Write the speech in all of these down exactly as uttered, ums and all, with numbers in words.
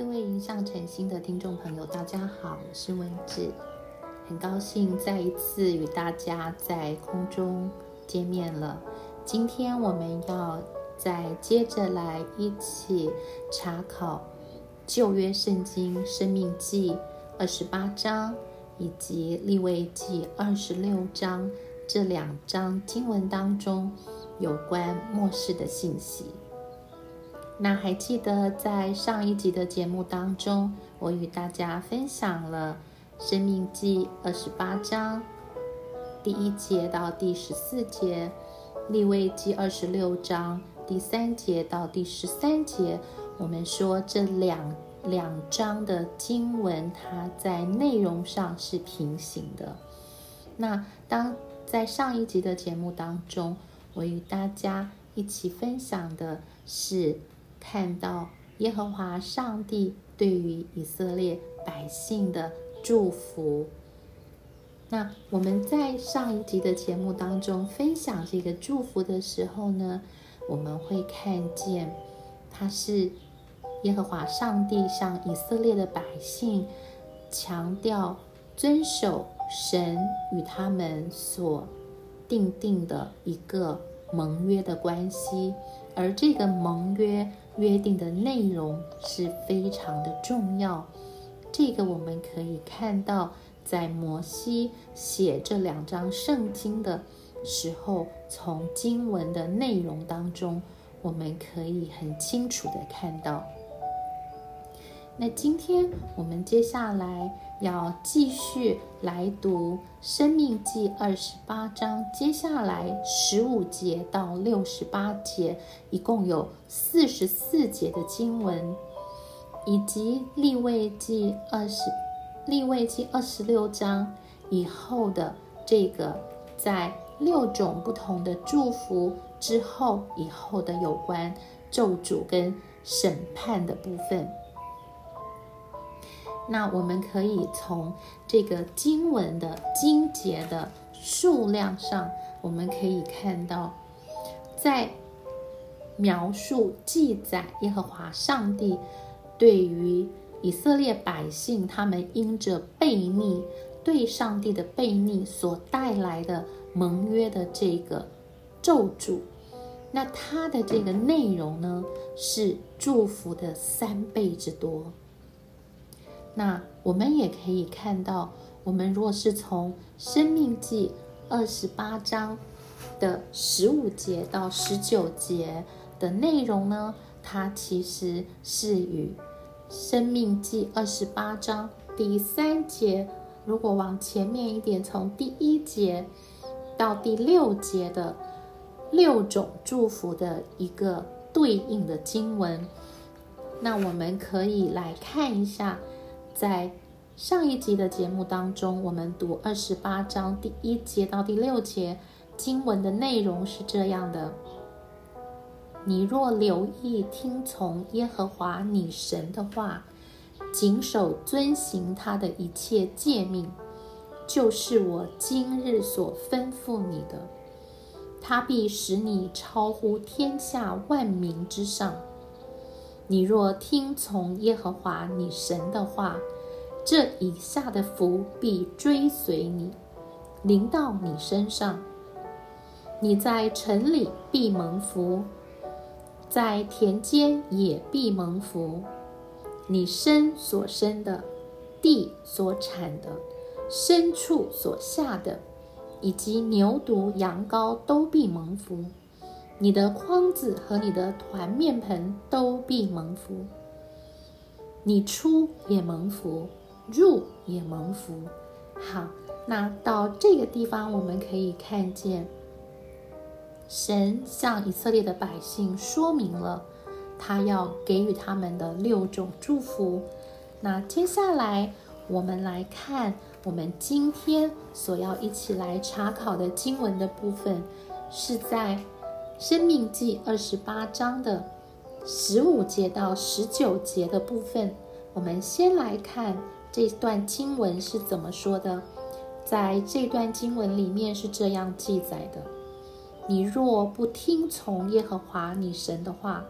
各位迎向晨星的听众朋友，大家好，我是文芷，很高兴再一次与大家在空中见面了。今天我们要再接着来一起查考旧约圣经申命记二十八章以及利未记二十六章这两章经文当中有关末世的信息。那还记得在上一集的节目当中，我与大家分享了申命记二十八章第一节到第十四节，利未记二十六章第三节到第十三节。我们说这两两章的经文它在内容上是平行的。那当在上一集的节目当中，我与大家一起分享的是看到耶和华上帝对于以色列百姓的祝福。那我们在上一集的节目当中分享这个祝福的时候呢，我们会看见它是耶和华上帝向以色列的百姓强调遵守神与他们所订定的一个盟约的关系，而这个盟约约定的内容是非常的重要。这个我们可以看到在摩西写这两章圣经的时候，从经文的内容当中我们可以很清楚的看到。那今天我们接下来要继续来读申命记二十八章，接下来十五节到六十八节，一共有四十四节的经文，以及利未记二十利未记二十六章以后的这个在六种不同的祝福之后以后的有关咒诅跟审判的部分。那我们可以从这个经文的经节的数量上，我们可以看到，在描述记载耶和华上帝对于以色列百姓他们因着悖逆对上帝的悖逆所带来的盟约的这个咒诅，那它的这个内容呢，是祝福的三倍之多。那我们也可以看到，我们若是从申命记二十八章的十五节到十九节的内容呢，它其实是与申命记二十八章第三节，如果往前面一点，从第一节到第六节的六种祝福的一个对应的经文。那我们可以来看一下，在上一集的节目当中，我们读二十八章第一节到第六节，经文的内容是这样的：你若留意听从耶和华你神的话，谨守遵行他的一切诫命，就是我今日所吩咐你的，他必使你超乎天下万民之上。你若听从耶和华你神的话，这以下的福必追随你，临到你身上。你在城里必蒙福，在田间也必蒙福。你生所生的，地所产的，牲畜所下的，以及牛犊羊羔都必蒙福。你的筐子和你的团面盆都必蒙福。你出也蒙福，入也蒙福。好，那到这个地方我们可以看见，神向以色列的百姓说明了他要给予他们的六种祝福。那接下来我们来看我们今天所要一起来查考的经文的部分，是在申命记二十八章的十五节到十九节的部分。我们先来看这段经文是怎么说的。在这段经文里面是这样记载的：你若不听从耶和华你神的话，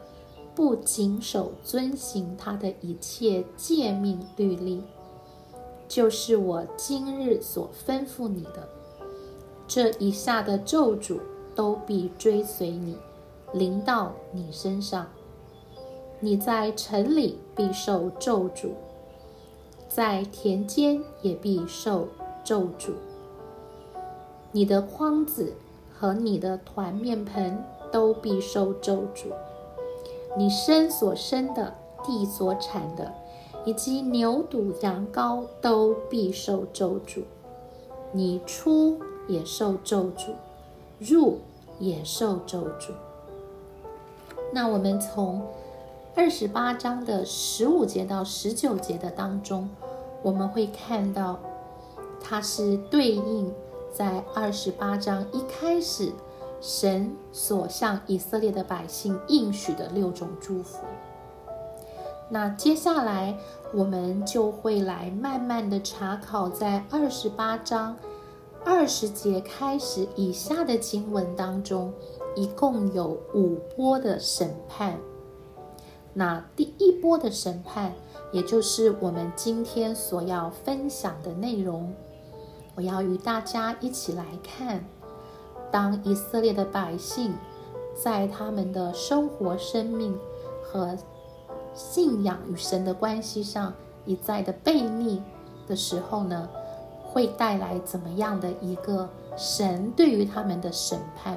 不谨守遵行他的一切诫命律例，就是我今日所吩咐你的，这以下的咒诅都必追随你，临到你身上。你在城里必受咒诅，在田间也必受咒诅。你的筐子和你的团面盆都必受咒诅。你身所生的，地所产的，以及牛犊羊羔都必受咒诅。你出也受咒诅，入也受咒诅。那我们从二十八章的十五节到十九节的当中，我们会看到它是对应在二十八章一开始神所向以色列的百姓应许的六种祝福。那接下来我们就会来慢慢的查考在二十八章二十节开始以下的经文当中，一共有五波的审判。那第一波的审判，也就是我们今天所要分享的内容，我要与大家一起来看，当以色列的百姓在他们的生活、生命和信仰与神的关系上一再的悖逆的时候呢，会带来怎么样的一个神对于他们的审判。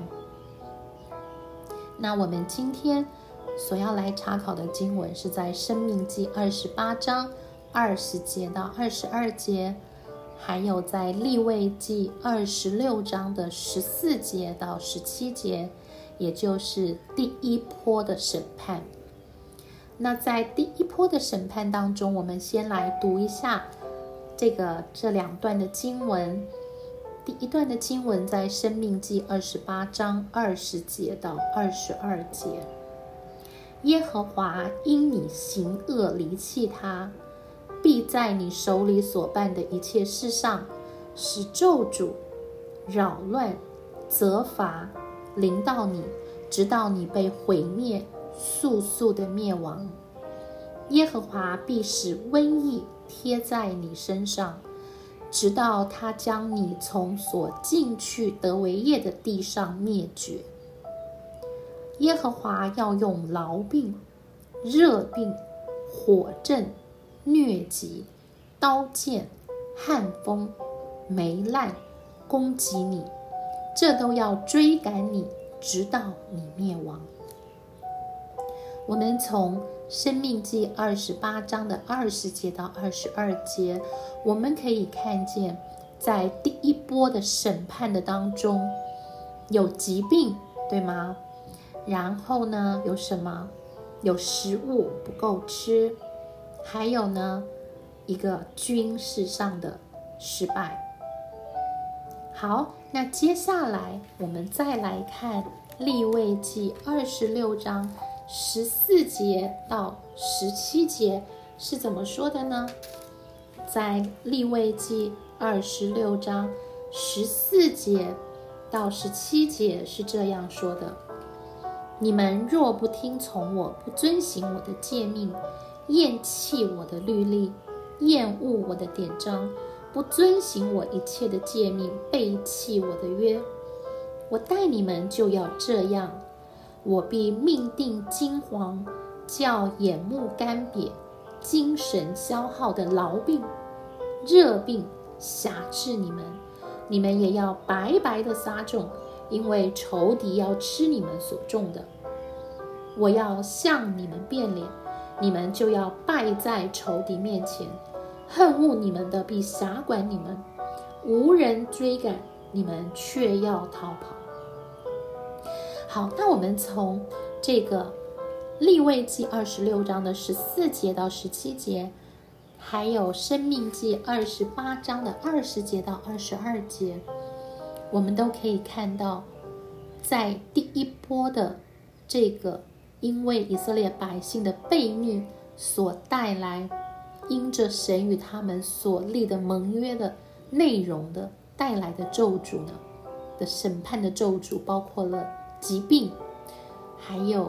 那我们今天所要来查考的经文是在申命记二十八章二十节到二十二节，还有在利未记二十六章的十四节到十七节，也就是第一波的审判。那在第一波的审判当中，我们先来读一下这个这两段的经文。第一段的经文在申命记二十八章二十节到二十二节。耶和华因你行恶离弃他，必在你手里所办的一切事上使咒诅、扰乱、责罚临到你，直到你被毁灭，速速的灭亡。耶和华必使瘟疫贴在你身上，直到他将你从所进去得为业的地上灭绝。耶和华要用痨病、热病、火症、疟疾、刀剑、旱风、霉烂攻击你，这都要追赶你，直到你灭亡。我们从申命记二十八章的二十节到二十二节，我们可以看见在第一波的审判的当中有疾病，对吗？然后呢，有什么？有食物不够吃，还有呢，一个军事上的失败。好，那接下来我们再来看利未记二十六章十四节到十七节是怎么说的呢？在利未记二十六章十四节到十七节是这样说的：你们若不听从我，不遵行我的诫命，厌弃我的律例，厌恶我的典章，不遵行我一切的诫命，背弃我的约，我待你们就要这样，我必命定惊惶，叫眼目干瘪、精神消耗的痨病、热病辖制你们，你们也要白白的撒种，因为仇敌要吃你们所种的。我要向你们变脸，你们就要败在仇敌面前，恨恶你们的必辖管你们，无人追赶，你们却要逃跑。好，那我们从这个利未记二十六章的十四节到十七节，还有申命记二十八章的二十节到二十二节，我们都可以看到，在第一波的这个因为以色列百姓的悖逆所带来，因着神与他们所立的盟约的内容的带来的咒诅呢的审判的咒诅，包括了疾病，还有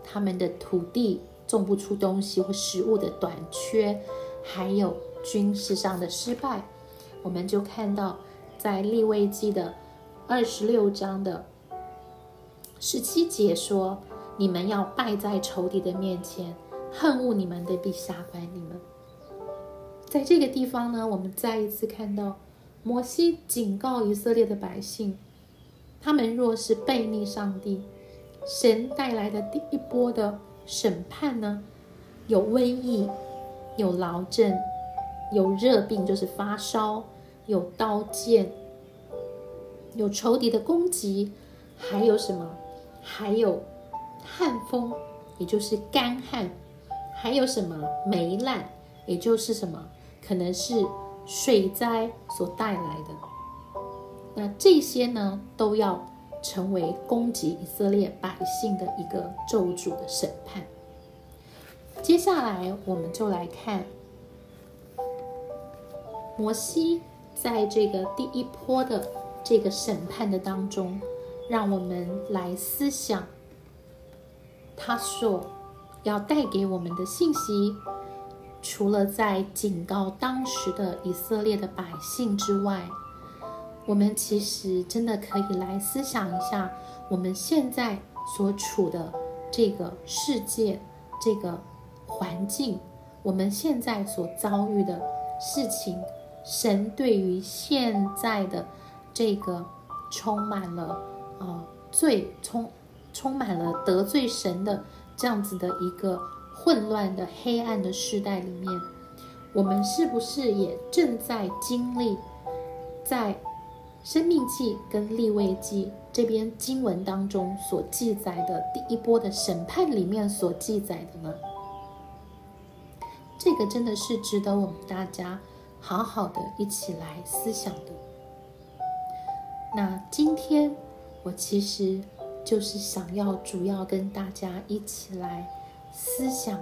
他们的土地种不出东西或食物的短缺，还有军事上的失败。我们就看到在利未记的二十六章的十七节说，你们要败在仇敌的面前，恨恶你们的必杀关你们。在这个地方呢，我们再一次看到摩西警告以色列的百姓，他们若是悖逆上帝，神带来的第一波的审判呢，有瘟疫，有痨症，有热病，就是发烧，有刀剑，有仇敌的攻击，还有什么？还有旱风，也就是干旱，还有什么？霉烂，也就是什么？可能是水灾所带来的。那这些呢，都要成为攻击以色列百姓的一个咒诅的审判。接下来我们就来看摩西在这个第一波的这个审判的当中，让我们来思想他所要带给我们的信息。除了在警告当时的以色列的百姓之外，我们其实真的可以来思想一下，我们现在所处的这个世界，这个环境，我们现在所遭遇的事情，神对于现在的这个充满了呃罪，充充满了得罪神的这样子的一个混乱的黑暗的时代里面，我们是不是也正在经历在申命记跟利未记这边经文当中所记载的第一波的审判里面所记载的呢？这个真的是值得我们大家好好的一起来思想的。那今天我其实就是想要主要跟大家一起来思想，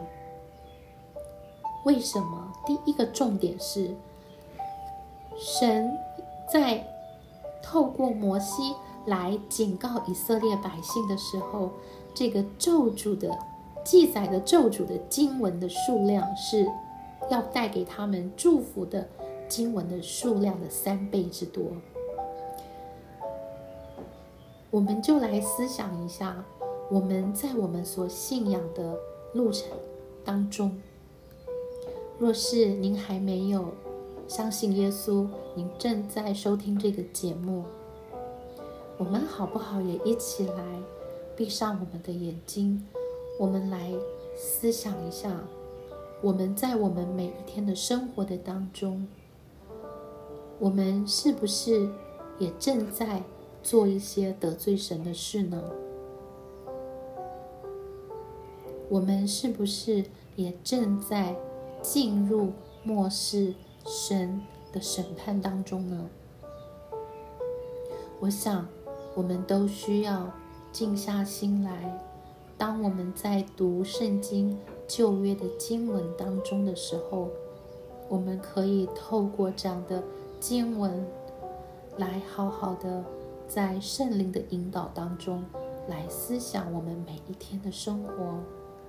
为什么第一个重点是神在透过摩西来警告以色列百姓的时候，这个咒诅的记载的咒诅的经文的数量是要带给他们祝福的经文的数量的三倍之多。我们就来思想一下，我们在我们所信仰的路程当中，若是您还没有相信耶稣，您正在收听这个节目，我们好不好也一起来闭上我们的眼睛，我们来思想一下，我们在我们每一天的生活的当中，我们是不是也正在做一些得罪神的事呢？我们是不是也正在进入末世神的审判当中呢？我想我们都需要静下心来，当我们在读圣经旧约的经文当中的时候，我们可以透过这样的经文来好好的在圣灵的引导当中来思想我们每一天的生活。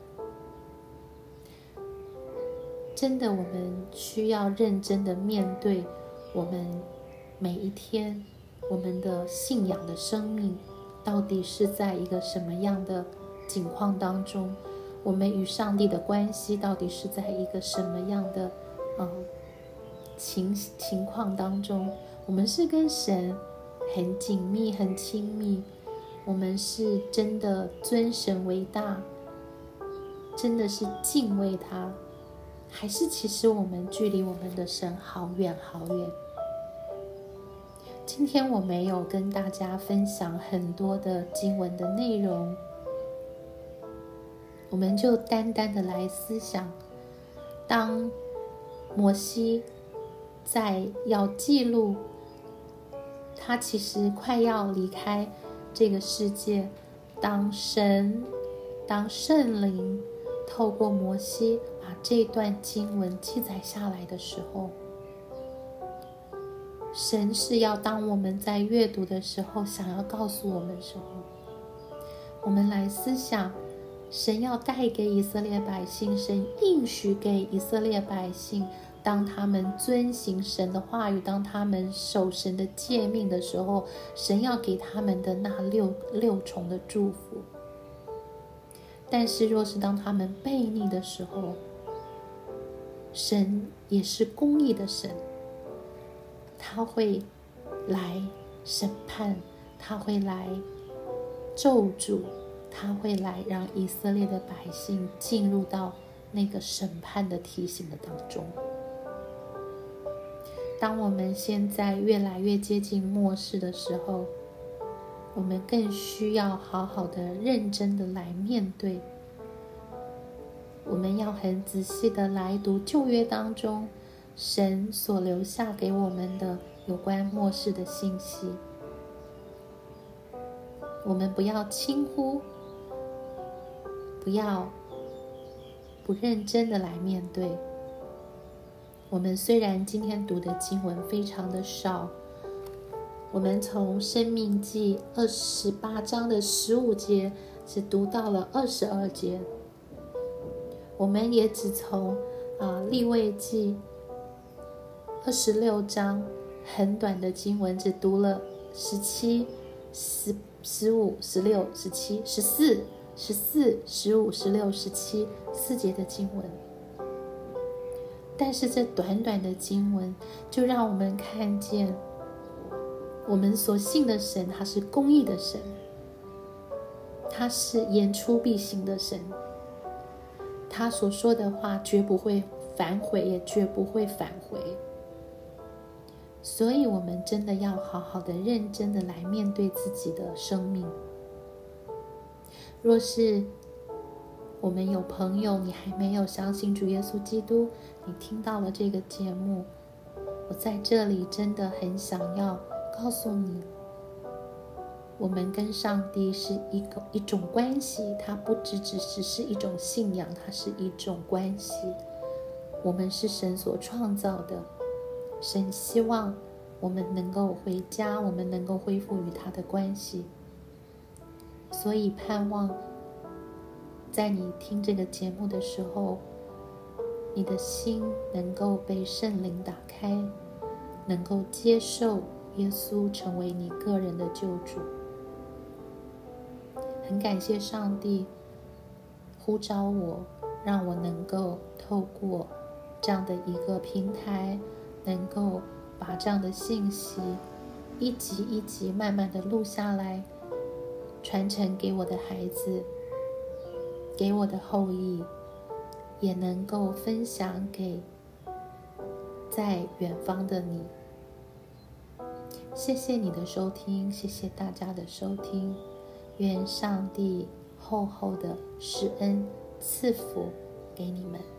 真的，我们需要认真的面对我们每一天，我们的信仰的生命到底是在一个什么样的境况当中，我们与上帝的关系到底是在一个什么样的呃情情况当中，我们是跟神很紧密很亲密，我们是真的尊神为大，真的是敬畏他，还是其实我们距离我们的神好远好远？今天我没有跟大家分享很多的经文的内容，我们就单单的来思想，当摩西在要记录他其实快要离开这个世界，当神当圣灵透过摩西把这段经文记载下来的时候，神是要当我们在阅读的时候想要告诉我们什么？我们来思想， 神要带给以色列百姓，神应许给以色列百姓，当他们遵行神的话语，当他们守神的诫命的时候，神要给他们的那六六重的祝福。但是若是当他们悖逆的时候，神也是公义的神，他会来审判，他会来咒诅，他会来让以色列的百姓进入到那个审判的题型的当中。当我们现在越来越接近末世的时候，我们更需要好好的认真的来面对。我们要很仔细的来读旧约当中神所留下给我们的有关末世的信息。我们不要轻忽，不要不认真的来面对。我们虽然今天读的经文非常的少，我们从申命记二十八章的十五节只读到了二十二节，我们也只从啊利未记二十六章很短的经文只读了十七、十、十五、十六、十七、十四、十四、十五、十六、十七四节的经文。但是这短短的经文就让我们看见我们所信的神，他是公义的神，他是言出必行的神，他所说的话绝不会反悔，也绝不会返回。所以我们真的要好好的认真的来面对自己的生命。若是我们有朋友你还没有相信主耶稣基督，你听到了这个节目，我在这里真的很想要告诉你，我们跟上帝是一个一种关系，它不只只是是一种信仰，它是一种关系。我们是神所创造的，神希望我们能够回家，我们能够恢复与他的关系。所以盼望在你听这个节目的时候，你的心能够被圣灵打开，能够接受耶稣成为你个人的救主。很感谢上帝呼召我，让我能够透过这样的一个平台，能够把这样的信息一集一集慢慢的录下来，传承给我的孩子，给我的后裔，也能够分享给在远方的你。谢谢你的收听，谢谢大家的收听，愿上帝厚厚的施恩赐福给你们。